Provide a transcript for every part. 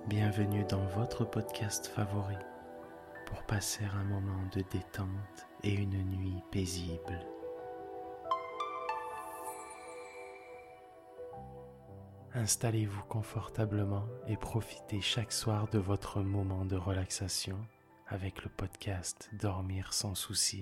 Bienvenue dans votre podcast favori pour passer un moment de détente et une nuit paisible. Installez-vous confortablement et profitez chaque soir de votre moment de relaxation avec le podcast Dormir sans souci.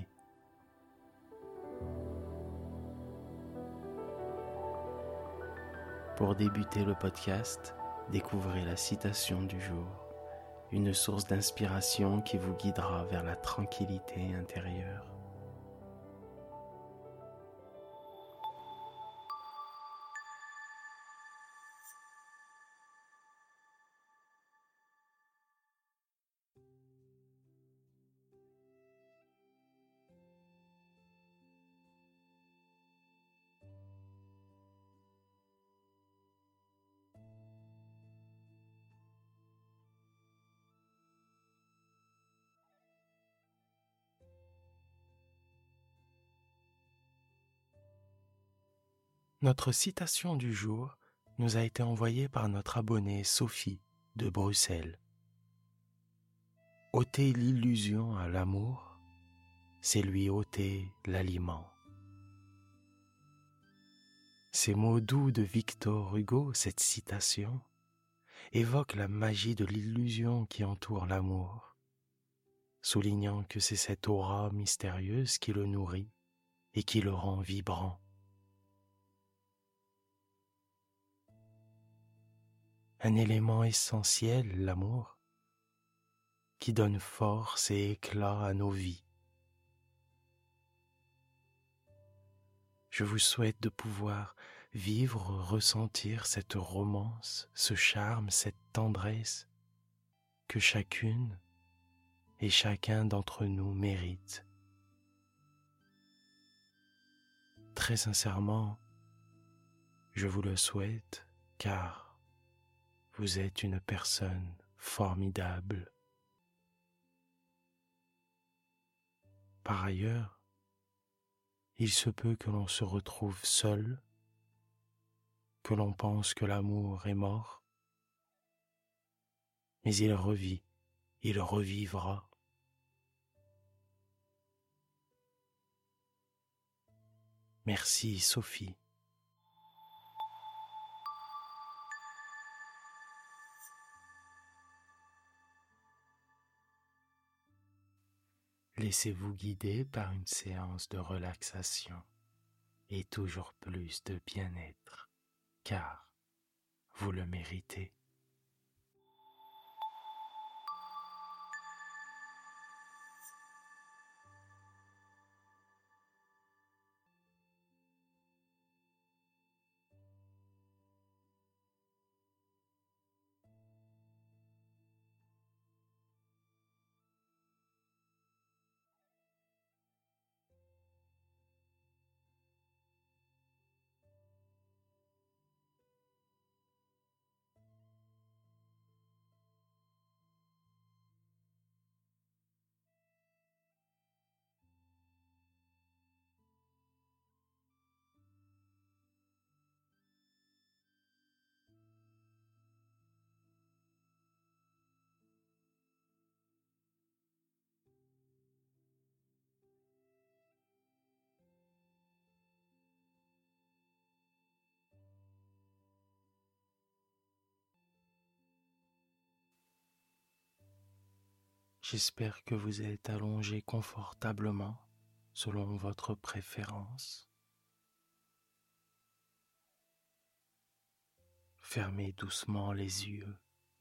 Pour débuter le podcast, découvrez la citation du jour, une source d'inspiration qui vous guidera vers la tranquillité intérieure. Notre citation du jour nous a été envoyée par notre abonnée Sophie de Bruxelles. Ôter l'illusion à l'amour, c'est lui ôter l'aliment. Ces mots doux de Victor Hugo, cette citation, évoquent la magie de l'illusion qui entoure l'amour, soulignant que c'est cette aura mystérieuse qui le nourrit et qui le rend vibrant. Un élément essentiel, l'amour, qui donne force et éclat à nos vies. Je vous souhaite de pouvoir vivre, ressentir cette romance, ce charme, cette tendresse que chacune et chacun d'entre nous mérite. Très sincèrement, je vous le souhaite car vous êtes une personne formidable. Par ailleurs, il se peut que l'on se retrouve seul, que l'on pense que l'amour est mort, mais il revit, il revivra. Merci Sophie. Laissez-vous guider par une séance de relaxation et toujours plus de bien-être, car vous le méritez. J'espère que vous êtes allongé confortablement selon votre préférence. Fermez doucement les yeux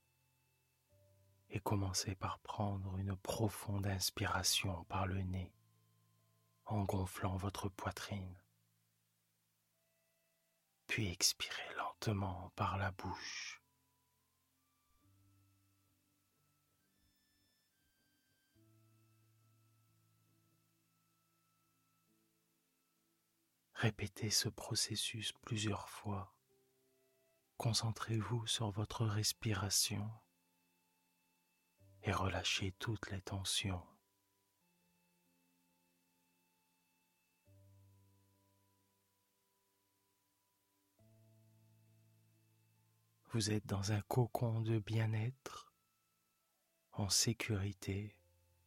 et commencez par prendre une profonde inspiration par le nez en gonflant votre poitrine, puis expirez lentement par la bouche. Répétez ce processus plusieurs fois. Concentrez-vous sur votre respiration et relâchez toutes les tensions. Vous êtes dans un cocon de bien-être, en sécurité.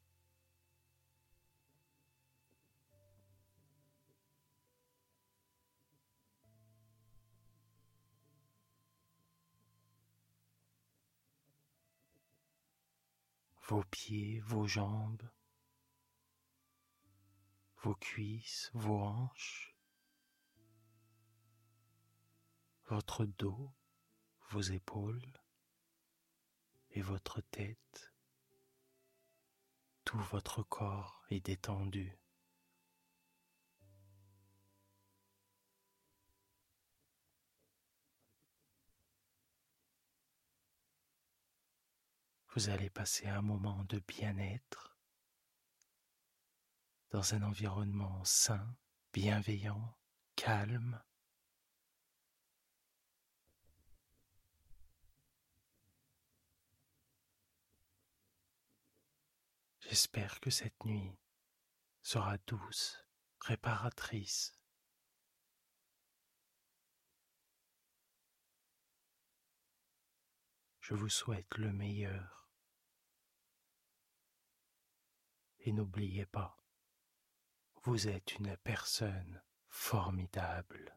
Vos pieds, vos jambes, vos cuisses, vos hanches, votre dos, vos épaules et votre tête, tout votre corps est détendu. Vous allez passer un moment de bien-être dans un environnement sain, bienveillant, calme. J'espère que cette nuit sera douce, réparatrice. Je vous souhaite le meilleur. Et n'oubliez pas, vous êtes une personne formidable.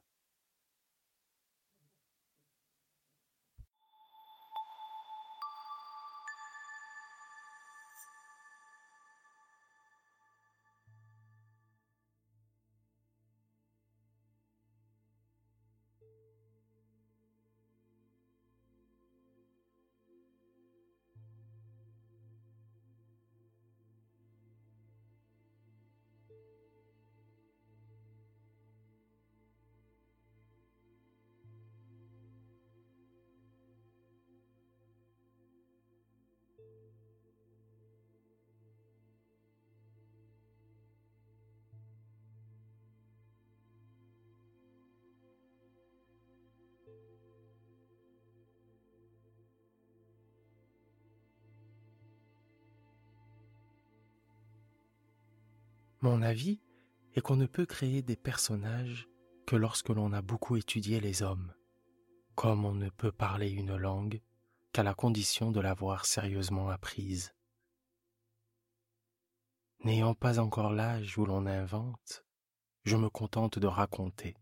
Mon avis est qu'on ne peut créer des personnages que lorsque l'on a beaucoup étudié les hommes, comme on ne peut parler une langue qu'à la condition de l'avoir sérieusement apprise. N'ayant pas encore l'âge où l'on invente, je me contente de raconter.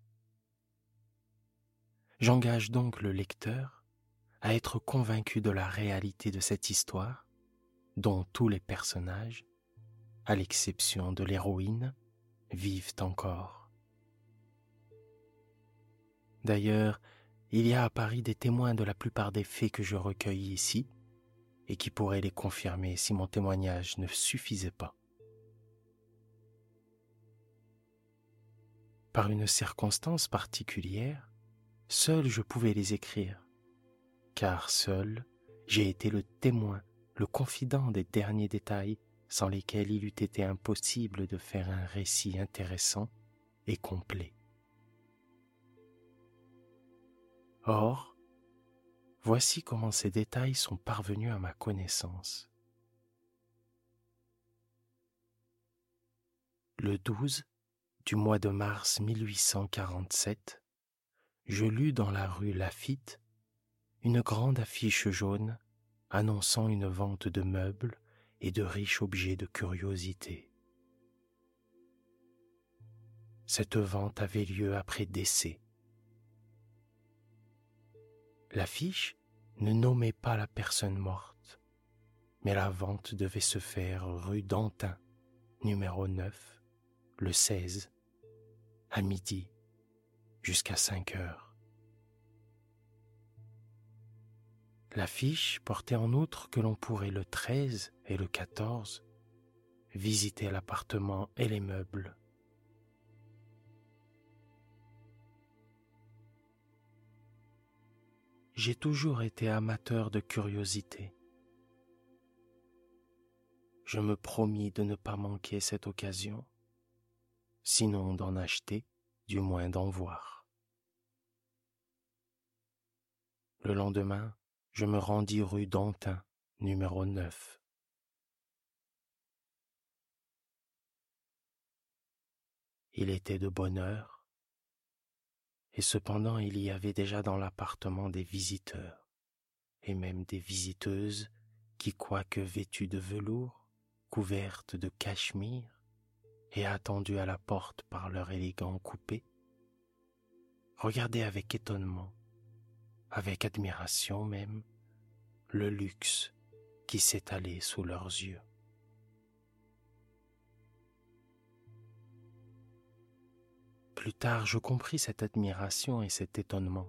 J'engage donc le lecteur à être convaincu de la réalité de cette histoire, dont tous les personnages, à l'exception de l'héroïne, vivent encore. D'ailleurs, il y a à Paris des témoins de la plupart des faits que je recueille ici, et qui pourraient les confirmer si mon témoignage ne suffisait pas. Par une circonstance particulière, seul je pouvais les écrire, car seul j'ai été le témoin, le confident des derniers détails sans lesquels il eût été impossible de faire un récit intéressant et complet. Or, voici comment ces détails sont parvenus à ma connaissance. Le 12 du mois de mars 1847, je lus dans la rue Laffitte une grande affiche jaune annonçant une vente de meubles et de riches objets de curiosité. Cette vente avait lieu après décès. L'affiche ne nommait pas la personne morte, mais la vente devait se faire rue d'Antin, numéro 9, le 16, à midi, jusqu'à 5 heures. L'affiche portait en outre que l'on pourrait le 13 et le 14 visiter l'appartement et les meubles. J'ai toujours été amateur de curiosité. Je me promis de ne pas manquer cette occasion, sinon d'en acheter, du moins d'en voir. Le lendemain, je me rendis rue d'Antin, numéro 9. Il était de bonne heure, et cependant il y avait déjà dans l'appartement des visiteurs. et même des visiteuses qui, quoique vêtues de velours, couvertes de cachemire et attendues à la porte par leur élégant coupé, regardaient avec étonnement, avec admiration même, le luxe qui s'étalait sous leurs yeux. Plus tard, je compris cette admiration et cet étonnement,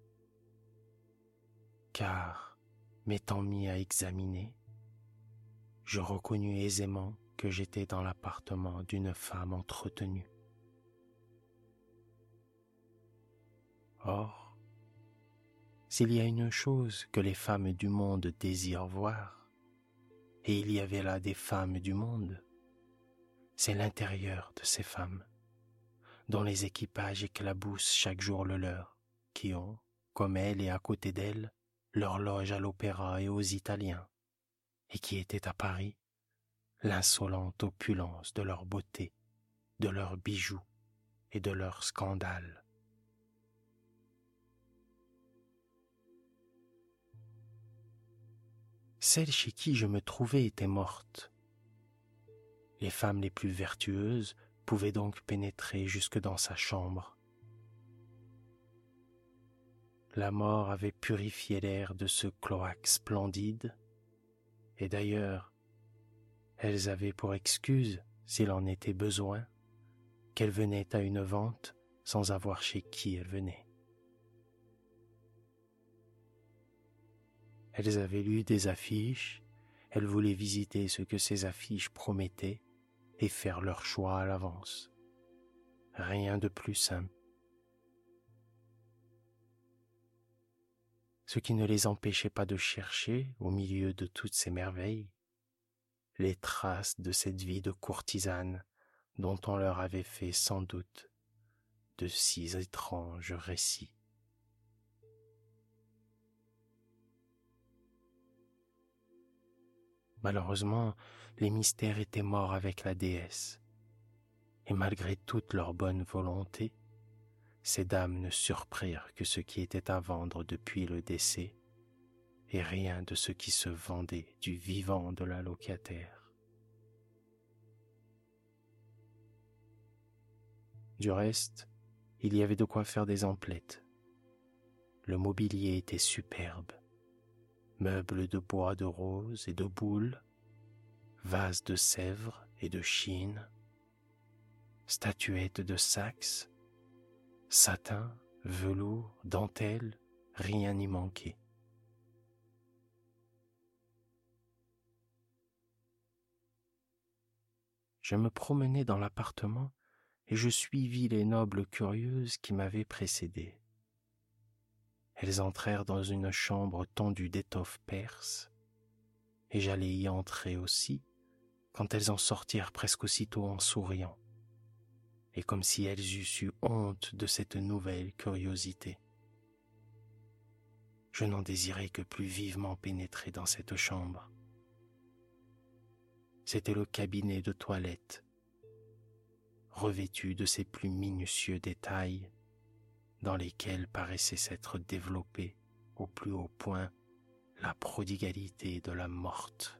car, m'étant mis à examiner, je reconnus aisément que j'étais dans l'appartement d'une femme entretenue. Or, s'il y a une chose que les femmes du monde désirent voir, et il y avait là des femmes du monde, c'est l'intérieur de ces femmes, dont les équipages éclaboussent chaque jour le leur, qui ont, comme elles et à côté d'elles, leur loge à l'opéra et aux Italiens, et qui étaient à Paris, l'insolente opulence de leur beauté, de leurs bijoux et de leurs scandales. Celle chez qui je me trouvais était morte. Les femmes les plus vertueuses pouvaient donc pénétrer jusque dans sa chambre. La mort avait purifié l'air de ce cloaque splendide, et d'ailleurs, elles avaient pour excuse, s'il en était besoin, qu'elles venaient à une vente sans avoir chez qui elles venaient. Elles avaient lu des affiches, elles voulaient visiter ce que ces affiches promettaient et faire leur choix à l'avance. Rien de plus simple. Ce qui ne les empêchait pas de chercher, au milieu de toutes ces merveilles, les traces de cette vie de courtisane dont on leur avait fait sans doute de si étranges récits. Malheureusement, les mystères étaient morts avec la déesse, et malgré toute leur bonne volonté, ces dames ne surprirent que ce qui était à vendre depuis le décès, et rien de ce qui se vendait du vivant de la locataire. Du reste, il y avait de quoi faire des emplettes. Le mobilier était superbe. Meubles de bois de rose et de boulle, vases de Sèvres et de Chine, statuettes de Saxe, satin, velours, dentelle, rien n'y manquait. Je me promenais dans l'appartement et je suivis les nobles curieuses qui m'avaient précédé. Elles entrèrent dans une chambre tendue d'étoffe perse, et j'allais y entrer aussi, quand elles en sortirent presque aussitôt en souriant, et comme si elles eussent eu honte de cette nouvelle curiosité. Je n'en désirais que plus vivement pénétrer dans cette chambre. C'était le cabinet de toilette, revêtu de ses plus minutieux détails, dans lesquels paraissait s'être développée au plus haut point la prodigalité de la morte.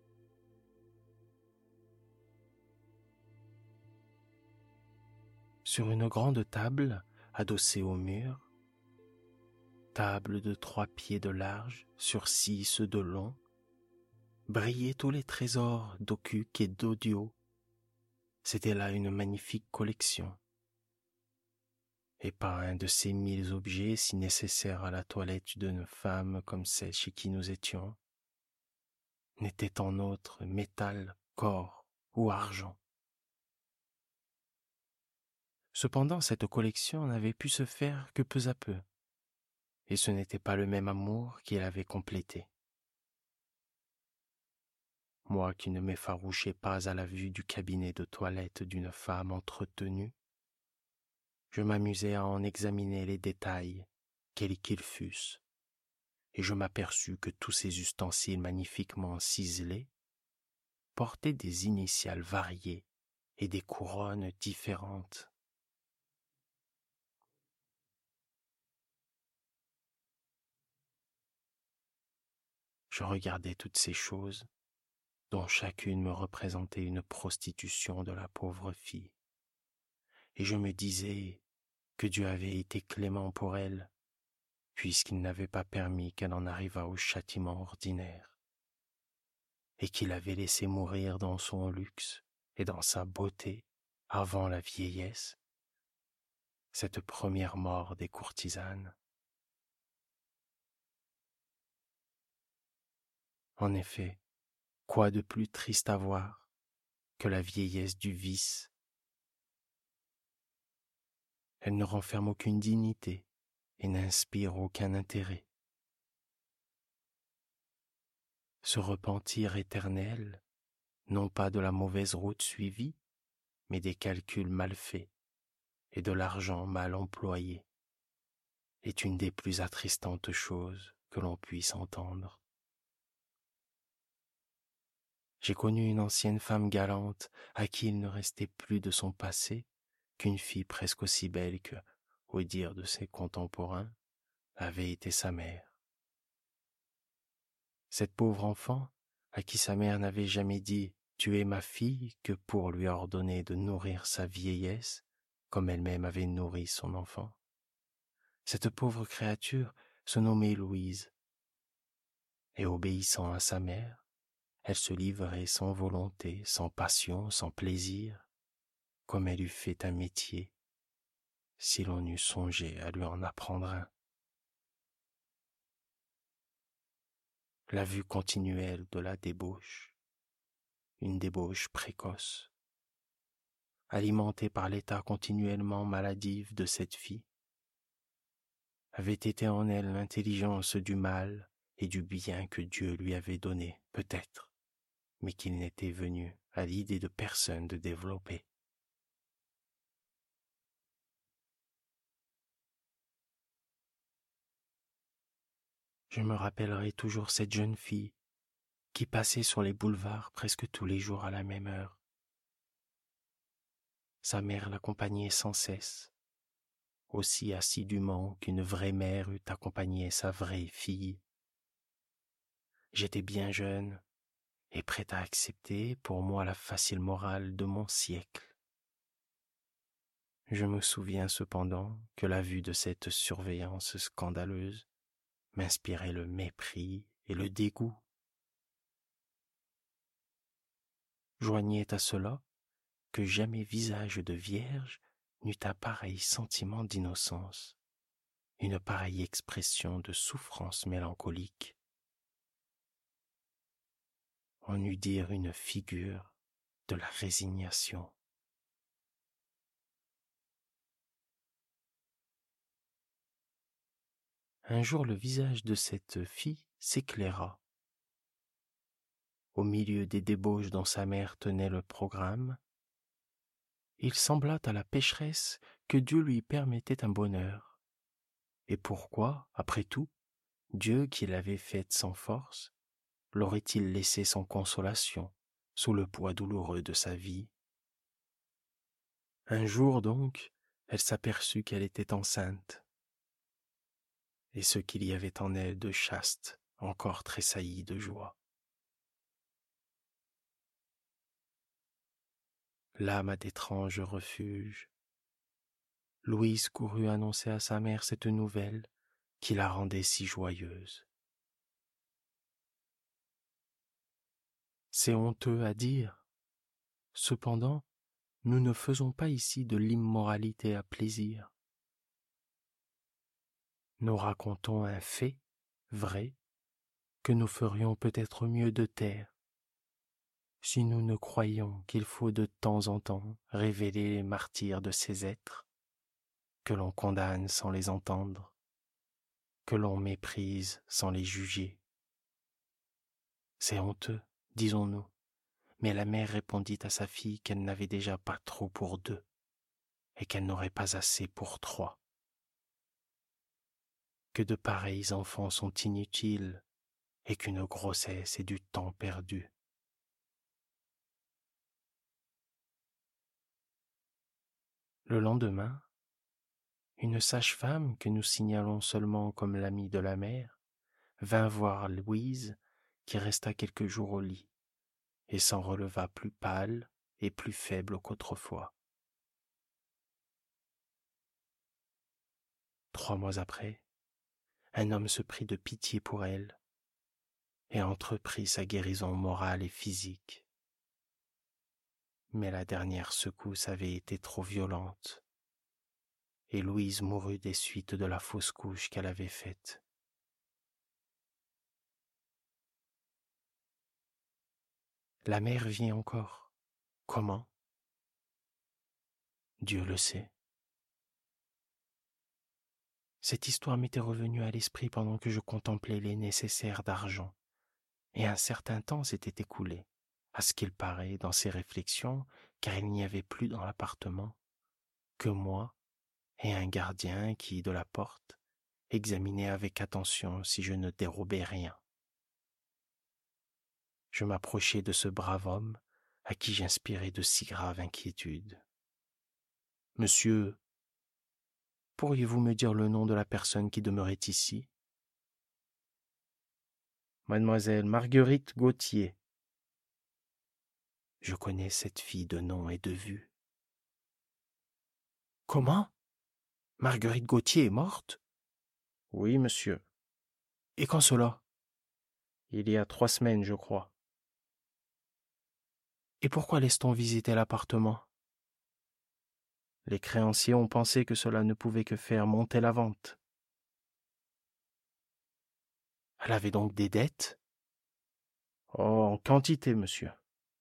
Sur une grande table, adossée au mur, table de 3 pieds de large sur 6 de long, brillaient tous les trésors d'Ocuc et d'Odio. C'était là une magnifique collection. Et pas un de ces 1000 objets si nécessaires à la toilette d'une femme comme celle chez qui nous étions n'était en autre métal, or ou argent. Cependant, cette collection n'avait pu se faire que peu à peu, et ce n'était pas le même amour qui l'avait complétée. Moi qui ne m'effarouchais pas à la vue du cabinet de toilette d'une femme entretenue, je m'amusais à en examiner les détails, quels qu'ils fussent, et je m'aperçus que tous ces ustensiles magnifiquement ciselés portaient des initiales variées et des couronnes différentes. Je regardais toutes ces choses, dont chacune me représentait une prostitution de la pauvre fille, et je me disais que Dieu avait été clément pour elle, puisqu'il n'avait pas permis qu'elle en arrivât au châtiment ordinaire, et qu'il avait laissé mourir dans son luxe et dans sa beauté, avant la vieillesse, cette première mort des courtisanes. En effet, quoi de plus triste à voir que la vieillesse du vice? Elle ne renferme aucune dignité et n'inspire aucun intérêt. Ce repentir éternel, non pas de la mauvaise route suivie, mais des calculs mal faits et de l'argent mal employé, est une des plus attristantes choses que l'on puisse entendre. J'ai connu une ancienne femme galante à qui il ne restait plus de son passé qu'une fille presque aussi belle que, au dire de ses contemporains, avait été sa mère. Cette pauvre enfant, à qui sa mère n'avait jamais dit « Tu es ma fille » que pour lui ordonner de nourrir sa vieillesse, comme elle-même avait nourri son enfant. Cette pauvre créature se nommait Louise, et obéissant à sa mère, elle se livrait sans volonté, sans passion, sans plaisir, comme elle eût fait un métier, si l'on eût songé à lui en apprendre un. La vue continuelle de la débauche, une débauche précoce, alimentée par l'état continuellement maladif de cette fille, avait été en elle l'intelligence du mal et du bien que Dieu lui avait donné, peut-être, mais qu'il n'était venu à l'idée de personne de développer. Je me rappellerai toujours cette jeune fille qui passait sur les boulevards presque tous les jours à la même heure. Sa mère l'accompagnait sans cesse, aussi assidûment qu'une vraie mère eût accompagné sa vraie fille. J'étais bien jeune et prêt à accepter pour moi la facile morale de mon siècle. Je me souviens cependant que la vue de cette surveillance scandaleuse m'inspirait le mépris et le dégoût. Joignait à cela que jamais visage de vierge n'eut un pareil sentiment d'innocence, une pareille expression de souffrance mélancolique. On eût dire une figure de la résignation. Un jour le visage de cette fille s'éclaira. Au milieu des débauches dont sa mère tenait le programme, il sembla à la pécheresse que Dieu lui permettait un bonheur. Et pourquoi, après tout, Dieu qui l'avait faite sans force, l'aurait-il laissée sans consolation, sous le poids douloureux de sa vie? Un jour donc, elle s'aperçut qu'elle était enceinte, et ce qu'il y avait en elle de chaste encore tressaillit de joie. L'âme a d'étranges refuges. Louise courut annoncer à sa mère cette nouvelle qui la rendait si joyeuse. C'est honteux à dire. Cependant, nous ne faisons pas ici de l'immoralité à plaisir. Nous racontons un fait, vrai, que nous ferions peut-être mieux de taire, si nous ne croyions qu'il faut de temps en temps révéler les martyrs de ces êtres, que l'on condamne sans les entendre, que l'on méprise sans les juger. C'est honteux, disons-nous, mais la mère répondit à sa fille qu'elle n'avait déjà pas trop pour deux, et qu'elle n'aurait pas assez pour trois. Que de pareils enfants sont inutiles, et qu'une grossesse est du temps perdu. Le lendemain, une sage-femme que nous signalons seulement comme l'amie de la mère vint voir Louise qui resta quelques jours au lit et s'en releva plus pâle et plus faible qu'autrefois. 3 mois après, un homme se prit de pitié pour elle et entreprit sa guérison morale et physique. Mais la dernière secousse avait été trop violente et Louise mourut des suites de la fausse couche qu'elle avait faite. La mère vit encore. Comment? Dieu le sait. Cette histoire m'était revenue à l'esprit pendant que je contemplais les nécessaires d'argent, et un certain temps s'était écoulé, à ce qu'il paraît, dans ces réflexions, car il n'y avait plus dans l'appartement que moi et un gardien qui, de la porte, examinait avec attention si je ne dérobais rien. Je m'approchai de ce brave homme à qui j'inspirais de si graves inquiétudes. « Monsieur, pourriez-vous me dire le nom de la personne qui demeurait ici ?»« Mademoiselle Marguerite Gauthier. »« Je connais cette fille de nom et de vue. »« Comment? Marguerite Gauthier est morte? »« Oui, monsieur. »« Et quand cela? »« Il y a 3 semaines, je crois. »« Et pourquoi laisse-t-on visiter l'appartement? » Les créanciers ont pensé que cela ne pouvait que faire monter la vente. Elle avait donc des dettes? Oh, en quantité, monsieur.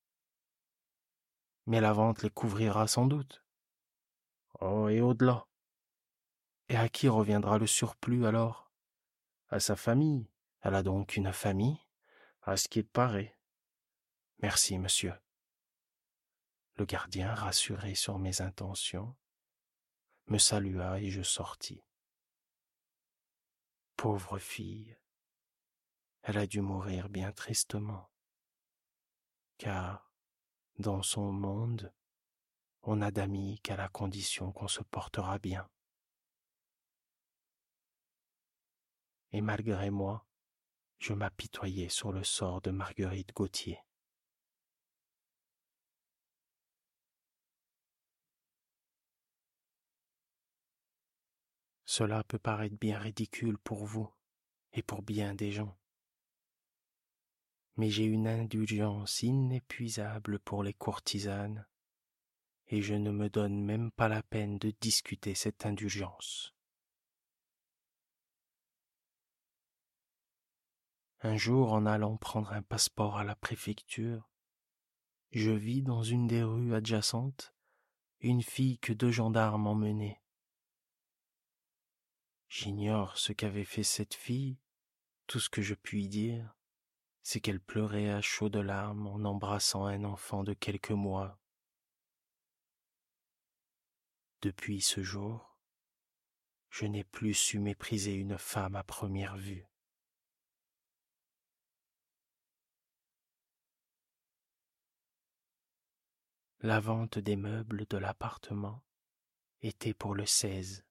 Mais la vente les couvrira sans doute. Oh, et au-delà. Et à qui reviendra le surplus alors? À sa famille. Elle a donc une famille? À ce qu'il paraît. Merci, monsieur. Le gardien, rassuré sur mes intentions, me salua et je sortis. Pauvre fille, elle a dû mourir bien tristement, car, dans son monde, on n'a d'amis qu'à la condition qu'on se portera bien. Et malgré moi, je m'apitoyais sur le sort de Marguerite Gauthier. Cela peut paraître bien ridicule pour vous et pour bien des gens, mais j'ai une indulgence inépuisable pour les courtisanes et je ne me donne même pas la peine de discuter cette indulgence. Un jour, en allant prendre un passeport à la préfecture, je vis dans une des rues adjacentes une fille que 2 gendarmes emmenaient. J'ignore ce qu'avait fait cette fille, tout ce que je puis dire, c'est qu'elle pleurait à chaudes larmes en embrassant un enfant de quelques mois. Depuis ce jour, je n'ai plus su mépriser une femme à première vue. La vente des meubles de l'appartement était pour le 16.